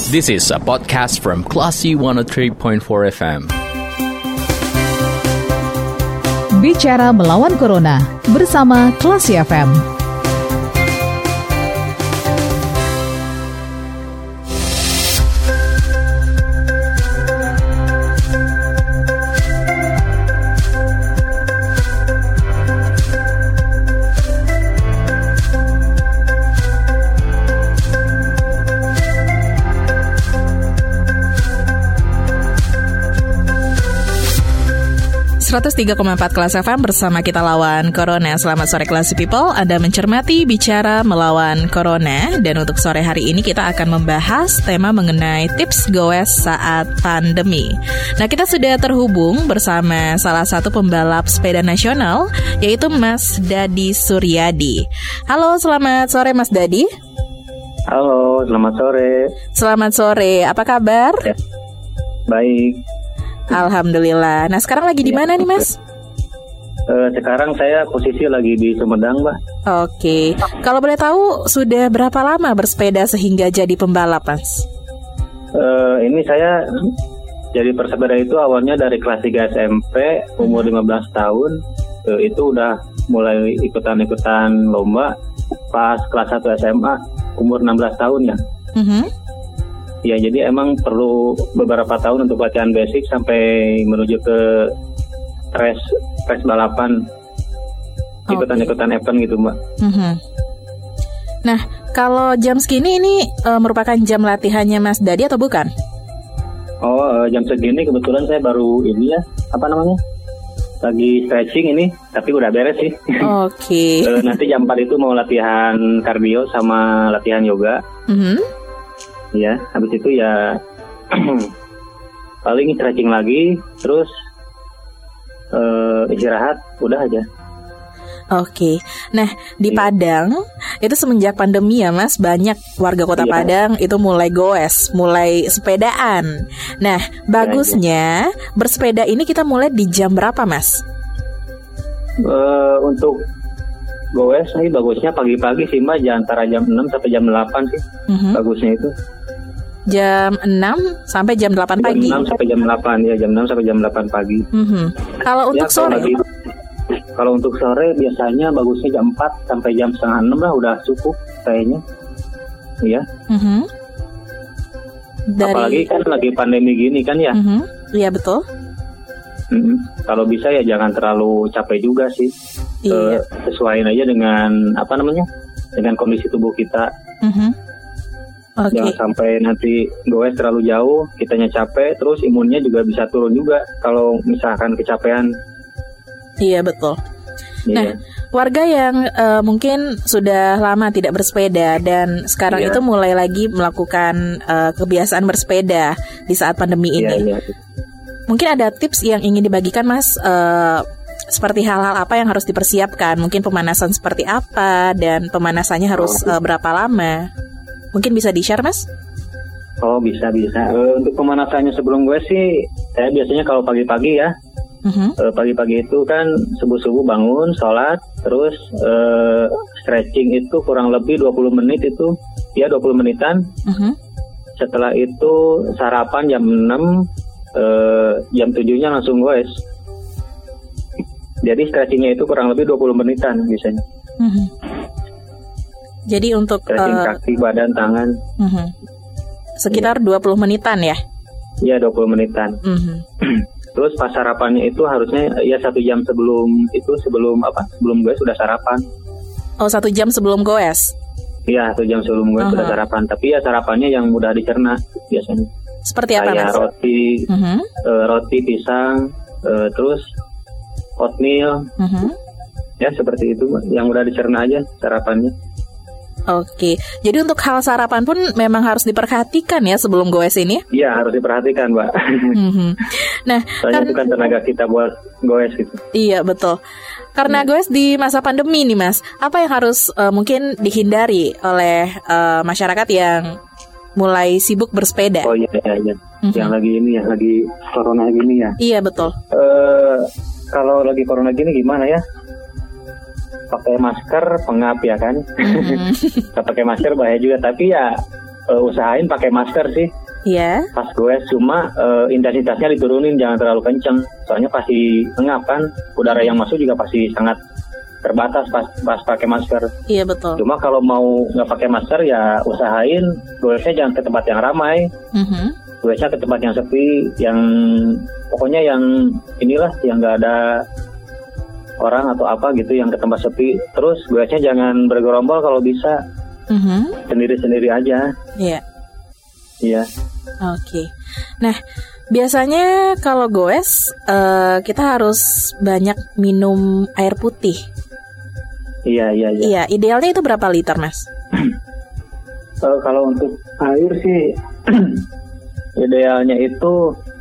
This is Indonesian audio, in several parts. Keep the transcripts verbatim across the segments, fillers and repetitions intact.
This is a podcast from Classy one oh three point four F M. Bicara melawan Corona bersama Classy F M. seratus tiga koma empat Kelas F M bersama kita lawan Corona. Selamat sore Classy People, Anda mencermati Bicara Melawan Corona. Dan untuk sore hari ini kita akan membahas tema mengenai tips goes saat pandemi. Nah, kita sudah terhubung bersama salah satu pembalap sepeda nasional, yaitu Mas Dadi Suryadi. Halo, selamat sore Mas Dadi. Halo, selamat sore. Selamat sore, apa kabar? Ya, baik. Alhamdulillah. Nah, sekarang lagi di mana nih, Mas? Uh, sekarang saya posisi lagi di Sumedang, Mbak. Oke. Kalau boleh tahu, sudah berapa lama bersepeda sehingga jadi pembalap, Mas? Uh, ini saya jadi persepeda itu awalnya dari kelas tiga S M P, umur lima belas tahun. Uh, itu udah mulai ikutan-ikutan lomba. Pas kelas satu S M A, umur enam belas tahun ya. Uh-huh. Ya, jadi emang perlu beberapa tahun untuk latihan basic sampai menuju ke race race balapan, okay. ikutan-ikutan event gitu, Mbak. Mm-hmm. Nah, kalau jam segini ini e, merupakan jam latihannya Mas Dadi atau bukan? Oh, e, jam segini kebetulan saya baru ini ya, apa namanya? Lagi stretching ini, tapi udah beres sih. Oke. Okay. e, nanti jam empat itu mau latihan kardio sama latihan yoga. Mm-hmm. Ya, habis itu ya paling stretching lagi, terus uh, istirahat, udah aja. Oke, nah di iya. Padang itu semenjak pandemi ya Mas, banyak warga kota iya. Padang itu mulai goes, mulai sepedaan. Nah, bagusnya iya, iya. bersepeda ini kita mulai di jam berapa Mas? Uh, untuk goes nih bagusnya pagi-pagi sih Mbak, antara jam enam sampai jam delapan sih. Mm-hmm. Bagusnya itu jam enam sampai jam delapan pagi. Jam enam sampai jam delapan ya, jam enam sampai jam delapan pagi. Mm-hmm. Kalau untuk ya, sore? Kalau, kalau untuk sore biasanya bagusnya jam empat sampai jam setengah enam lah, udah cukup kayaknya. Iya. Mm-hmm. Dari... Apalagi kan lagi pandemi gini kan ya. Mm-hmm. Iya betul. Mm-hmm. Kalau bisa ya jangan terlalu capek juga sih. Iya. E, sesuaiin aja dengan apa namanya, dengan kondisi tubuh kita. Mm-hmm. Okay. Jangan sampai nanti goes terlalu jauh, kitanya capek, terus imunnya juga bisa turun juga kalau misalkan kecapean. Iya betul. Iya. Nah, warga yang uh, mungkin sudah lama tidak bersepeda dan sekarang iya. itu mulai lagi melakukan uh, kebiasaan bersepeda di saat pandemi ini. Iya, iya. Mungkin ada tips yang ingin dibagikan Mas, uh, seperti hal-hal apa yang harus dipersiapkan? Mungkin pemanasan seperti apa dan pemanasannya harus oh. uh, berapa lama? Mungkin bisa di-share, Mas? Oh, bisa, bisa. Uh, untuk pemanasannya sebelum gue sih, saya biasanya kalau pagi-pagi ya, uh-huh. uh, pagi-pagi itu kan subuh-subuh bangun, sholat, terus uh, stretching itu kurang lebih dua puluh menit itu, ya dua puluh menitan. Uh-huh. Setelah itu sarapan jam enam, uh, jam tujuh-nya langsung goes. Jadi stretchingnya itu kurang lebih dua puluh menitan biasanya. Uh-huh. Jadi untuk stretching uh, kaki, badan, tangan uh-huh. sekitar ya. dua puluh menitan ya? Iya, dua puluh menitan. Uh-huh. Terus pas sarapannya itu harusnya ya satu jam sebelum itu sebelum apa? Sebelum goes sudah sarapan. Oh, satu jam sebelum goes? Iya, satu jam sebelum goes uh-huh. sudah sarapan. Tapi ya sarapannya yang mudah dicerna biasanya. Seperti apa Mas? Kayak roti, uh-huh. uh, roti, pisang, uh, terus oatmeal. Uh-huh. Ya seperti itu, yang mudah dicerna aja sarapannya. Oke, jadi untuk hal sarapan pun memang harus diperhatikan ya sebelum goes ini? Iya, harus diperhatikan, Mbak. Mm-hmm. Nah, soalnya kan, itu kan tenaga kita buat goes gitu. Iya, betul. Karena hmm. goes di masa pandemi nih, Mas, apa yang harus uh, mungkin dihindari oleh uh, masyarakat yang mulai sibuk bersepeda? Oh iya, iya, iya. Mm-hmm. Yang lagi ini ya, lagi corona gini ya. Iya, betul. Uh, kalau lagi corona gini gimana ya? Pakai masker pengap ya kan. Mm-hmm. Pakai masker bahaya juga, tapi ya uh, usahain pakai masker sih. Iya. Pas goes, cuma uh, intensitasnya diturunin, jangan terlalu kenceng. Soalnya pasti ngap kan, udara yang masuk juga pasti sangat terbatas pas pas pakai masker. Iya betul. Cuma kalau mau nggak pakai masker ya usahain goesnya jangan ke tempat yang ramai. Mm-hmm. Goesnya ke tempat yang sepi, yang pokoknya yang inilah yang nggak ada orang atau apa gitu, yang ke tempat sepi. Terus goesnya jangan bergerombol kalau bisa. Mm-hmm. Sendiri-sendiri aja. Iya. Iya. Oke. Nah, biasanya kalau goes uh, kita harus banyak minum air putih. Iya, iya, iya. Iya, idealnya itu berapa liter, Mas? uh, kalau untuk air sih idealnya itu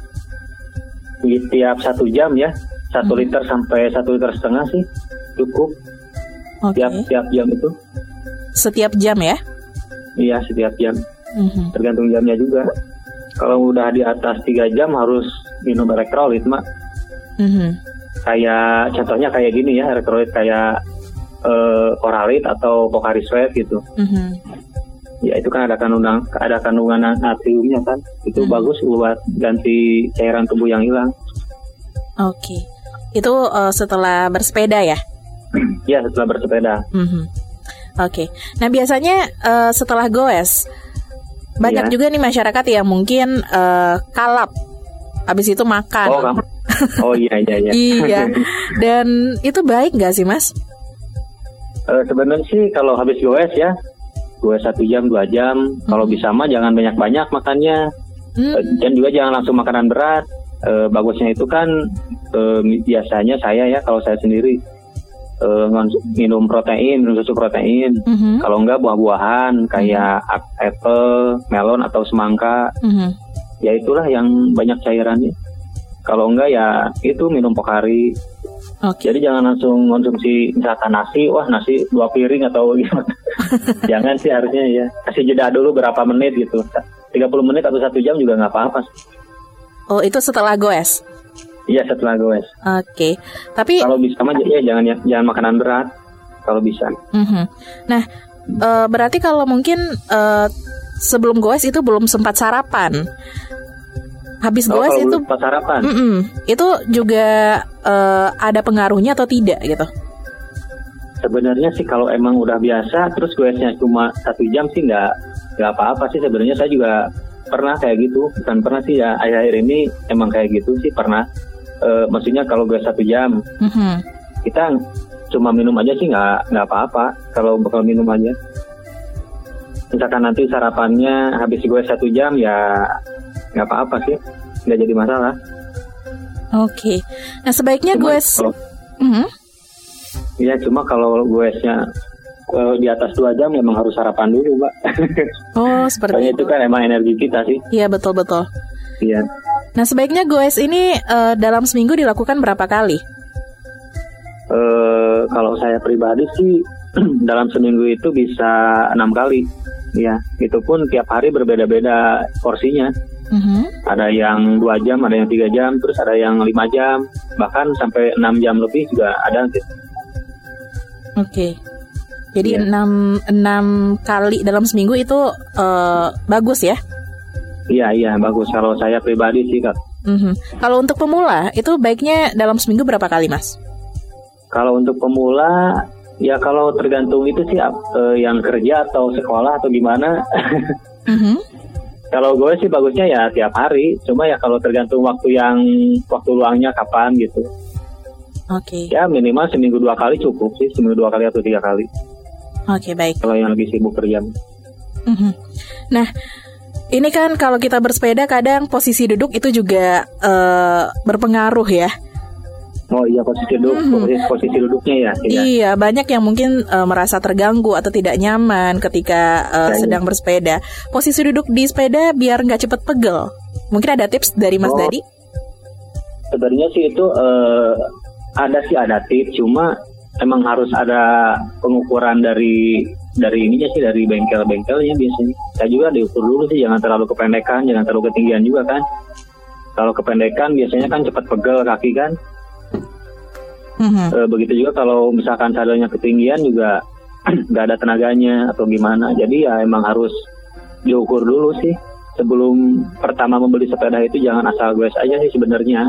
di tiap satu jam ya, satu hmm. liter sampai satu liter setengah sih cukup. Oke. Tiap tiap jam itu. Setiap jam ya? Iya, setiap jam. Mm-hmm. Tergantung jamnya juga. Kalau udah di atas tiga jam harus minum elektrolit, Mak. Mm-hmm. Kayak contohnya kayak gini ya, elektrolit kayak uh, Oralit atau Pocari Sweat gitu. Mm-hmm. Ya itu kan ada kandungan ada kandungan natriumnya kan. Itu mm-hmm. bagus buat ganti cairan tubuh yang hilang. Oke. Okay. Itu uh, setelah bersepeda ya? Ya, setelah bersepeda. Mm-hmm. Oke. Okay. Nah, biasanya uh, setelah goes banyak ya. juga nih masyarakat yang mungkin uh, kalap, habis itu makan. Oh, kamu. Oh iya iya iya. Iya. Dan itu baik nggak sih, Mas? Uh, sebenarnya sih kalau habis goes ya, goes satu jam dua jam. Hmm. Kalau bisa mah jangan banyak-banyak makannya. Hmm. Uh, dan juga jangan langsung makanan berat. Uh, bagusnya itu kan uh, biasanya saya ya kalau saya sendiri. Uh, minum protein, minum susu protein. Mm-hmm. Kalau enggak buah-buahan kayak mm-hmm. apel, melon atau semangka. Mm-hmm. Ya itulah yang banyak cairannya. Kalau enggak ya itu minum Pocari. Okay. Jadi jangan langsung konsumsi misalkan nasi, wah nasi dua piring atau gimana. Jangan sih harusnya ya. Kasih jeda dulu berapa menit gitu. tiga puluh menit atau satu jam juga enggak apa-apa. Oh, itu setelah goes? Iya, setelah goes. Oke, okay. Tapi kalau bisa mah ya jangan ya, jangan makanan berat kalau bisa. Mm-hmm. Nah, e, berarti kalau mungkin e, sebelum goes itu belum sempat sarapan. Habis oh, goes itu sempat sarapan. Itu juga e, ada pengaruhnya atau tidak gitu? Sebenarnya sih kalau emang udah biasa, terus goesnya cuma satu jam sih nggak nggak apa-apa sih. Sebenarnya saya juga pernah kayak gitu, bukan pernah sih ya, akhir-akhir ini emang kayak gitu sih pernah. Uh, maksudnya kalau gue satu jam, mm-hmm. kita cuma minum aja sih nggak nggak apa-apa kalau bakal minum aja. Misalkan nanti sarapannya habis gue satu jam ya nggak apa-apa sih, nggak jadi masalah. Oke, okay. Nah sebaiknya gue, mm-hmm. ya cuma kalau gue-nya uh, di atas dua jam memang harus sarapan dulu, Mbak. Oh seperti Soalnya itu. Itu kan emang energi kita sih. Iya betul betul. Iya. Nah sebaiknya goes ini uh, dalam seminggu dilakukan berapa kali? Uh, kalau saya pribadi sih dalam seminggu itu bisa enam kali, ya. Itu pun tiap hari berbeda-beda porsinya. Mm-hmm. Ada yang dua jam, ada yang tiga jam, terus ada yang lima jam, bahkan sampai enam jam lebih juga ada. Gitu. Oke. Okay. Jadi ya. enam enam kali dalam seminggu itu uh, bagus ya? Iya iya bagus kalau saya pribadi sih Kak. Mm-hmm. Kalau untuk pemula itu baiknya dalam seminggu berapa kali Mas? Kalau untuk pemula ya kalau tergantung itu sih uh, yang kerja atau sekolah atau gimana. Mm-hmm. Kalau gue sih bagusnya ya tiap hari. Cuma ya kalau tergantung waktu yang waktu luangnya kapan gitu. Oke. Okay. Ya minimal seminggu dua kali cukup sih, seminggu dua kali atau tiga kali. Oke okay, baik. Kalau yang lagi sibuk kerja. Mm-hmm. Nah. Ini kan kalau kita bersepeda kadang posisi duduk itu juga uh, berpengaruh ya. Oh iya posisi duduk, mm-hmm. posisi, posisi duduknya ya. Iya. Iya banyak yang mungkin uh, merasa terganggu atau tidak nyaman ketika uh, ya, sedang ya. bersepeda. Posisi duduk di sepeda biar nggak cepet pegel. Mungkin ada tips dari Mas oh, Dadi? Sebenarnya sih itu uh, ada sih ada tips, cuma emang harus ada pengukuran dari dari ininya sih, dari bengkel-bengkelnya biasanya. Saya juga diukur dulu sih, jangan terlalu kependekan, jangan terlalu ketinggian juga kan. Kalau kependekan biasanya kan cepat pegel kaki kan. Mm-hmm. E, begitu juga kalau misalkan sadarnya ketinggian juga nggak ada tenaganya atau gimana. Jadi ya emang harus diukur dulu sih. Sebelum pertama membeli sepeda itu jangan asal goes aja sih sebenarnya.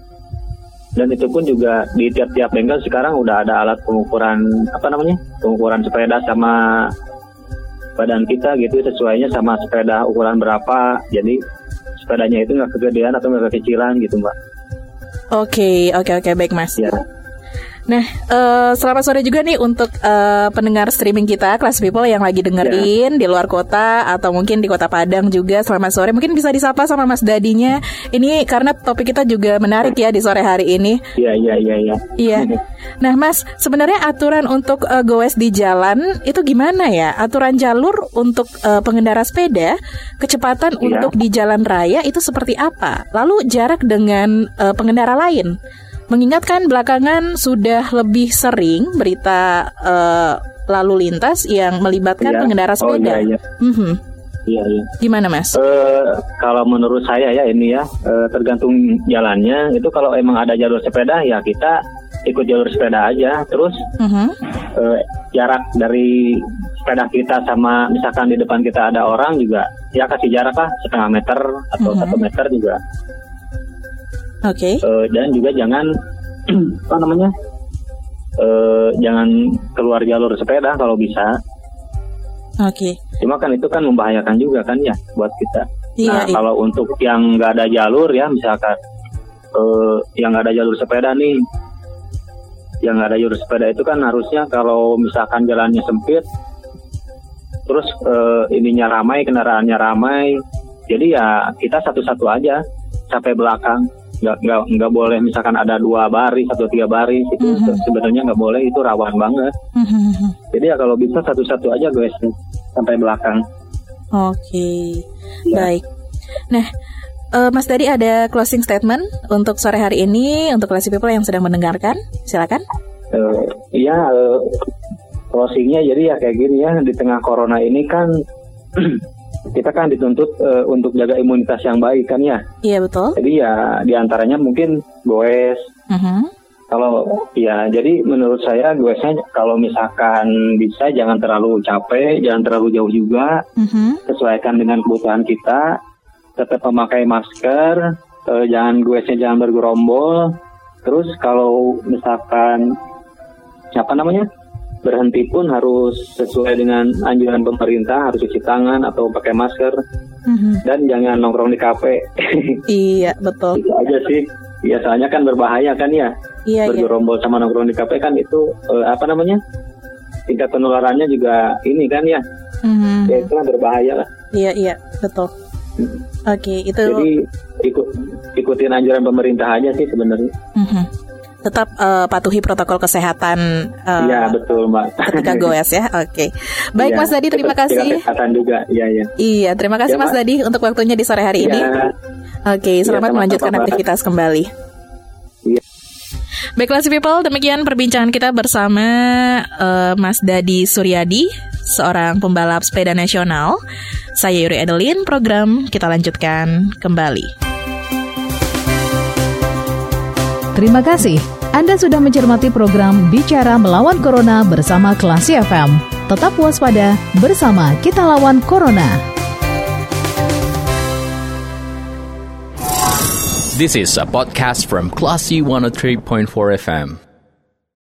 Dan itu pun juga di tiap-tiap bengkel sekarang udah ada alat pengukuran apa namanya? Pengukuran sepeda sama badan kita gitu, sesuainya sama sepeda ukuran berapa. Jadi sepedanya itu nggak kegedean atau nggak kekecilan gitu, Mbak. Oke, oke, oke, baik Mas. Ya. Nah, uh, selamat sore juga nih untuk uh, pendengar streaming kita, Classy People yang lagi dengerin ya. Di luar kota atau mungkin di Kota Padang juga. Selamat sore, mungkin bisa disapa sama Mas Dadinya. Ini karena topik kita juga menarik ya di sore hari ini. Iya, iya, iya, iya. Iya. Nah, Mas, sebenarnya aturan untuk uh, goes di jalan itu gimana ya? Aturan jalur untuk uh, pengendara sepeda, kecepatan ya. Untuk di jalan raya itu seperti apa? Lalu jarak dengan uh, pengendara lain? Mengingatkan belakangan sudah lebih sering berita uh, lalu lintas yang melibatkan ya. pengendara sepeda. Oh, iya, iya. Mm-hmm. Iya, iya. Gimana, Mas? Uh, kalau menurut saya ya ini ya uh, tergantung jalannya. Itu kalau emang ada jalur sepeda ya kita ikut jalur sepeda aja. Terus mm-hmm. uh, jarak dari sepeda kita sama misalkan di depan kita ada orang juga ya kasih jarak lah setengah meter atau mm-hmm. satu meter juga. Oke. Okay. Uh, dan juga jangan apa namanya, uh, jangan keluar jalur sepeda kalau bisa. Oke. Okay. Cuma kan itu kan membahayakan juga kan ya buat kita. Iya, nah iya. Kalau untuk yang nggak ada jalur ya misalkan uh, yang nggak ada jalur sepeda nih, yang nggak ada jalur sepeda itu kan harusnya kalau misalkan jalannya sempit, terus uh, ininya ramai, kendaraannya ramai, jadi ya kita satu-satu aja sampai belakang. Nggak, nggak, nggak boleh misalkan ada dua baris atau tiga baris itu mm-hmm. sebenarnya nggak boleh, itu rawan banget. Mm-hmm. Jadi ya kalau bisa satu-satu aja guys sampai belakang. Oke, okay. Ya. Baik. Nah, uh, Mas Dadi ada closing statement untuk sore hari ini untuk Classy People yang sedang mendengarkan, silakan. Uh, iya, uh, closingnya jadi ya kayak gini ya, di tengah corona ini kan kita kan dituntut uh, untuk jaga imunitas yang baik kan ya. Iya betul. Jadi ya diantaranya mungkin goes. Uh-huh. Kalau ya jadi menurut saya goesnya kalau misalkan bisa jangan terlalu capek, jangan terlalu jauh juga. Uh-huh. Sesuaikan dengan kebutuhan kita. Tetap memakai masker, uh, jangan goesnya jangan bergerombol. Terus kalau misalkan apa namanya? berhenti pun harus sesuai dengan anjuran pemerintah, harus cuci tangan atau pakai masker, mm-hmm. dan jangan nongkrong di kafe. Iya betul. Itu aja sih. Biasanya kan berbahaya kan ya. Iya, bergerombol iya. sama nongkrong di kafe kan itu uh, apa namanya? Tingkat penularannya juga ini kan ya. Mm-hmm. Ya itu kan berbahaya lah. Iya iya betul. Mm-hmm. Oke okay, itu. Jadi ikut ikutin anjuran pemerintah aja sih sebenarnya. Mm-hmm. Tetap uh, patuhi protokol kesehatan. Uh, ya betul Mbak. Ketika goes ya, oke. Okay. Baik ya, Mas Dadi, terima kasih. Kesehatan juga, iya ya. Iya, terima kasih ya, Mas Dadi untuk waktunya di sore hari ya. ini. Oke, okay, selamat ya, melanjutkan aktivitas kembali. Ya. Baik, Classy People, demikian perbincangan kita bersama uh, Mas Dadi Suryadi, seorang pembalap sepeda nasional. Saya Yuri Adeline, program kita lanjutkan kembali. Terima kasih. Anda sudah mencermati program Bicara Melawan Corona bersama Classy F M. Tetap waspada, bersama kita lawan Corona. This is a podcast from Classy one oh three point four F M.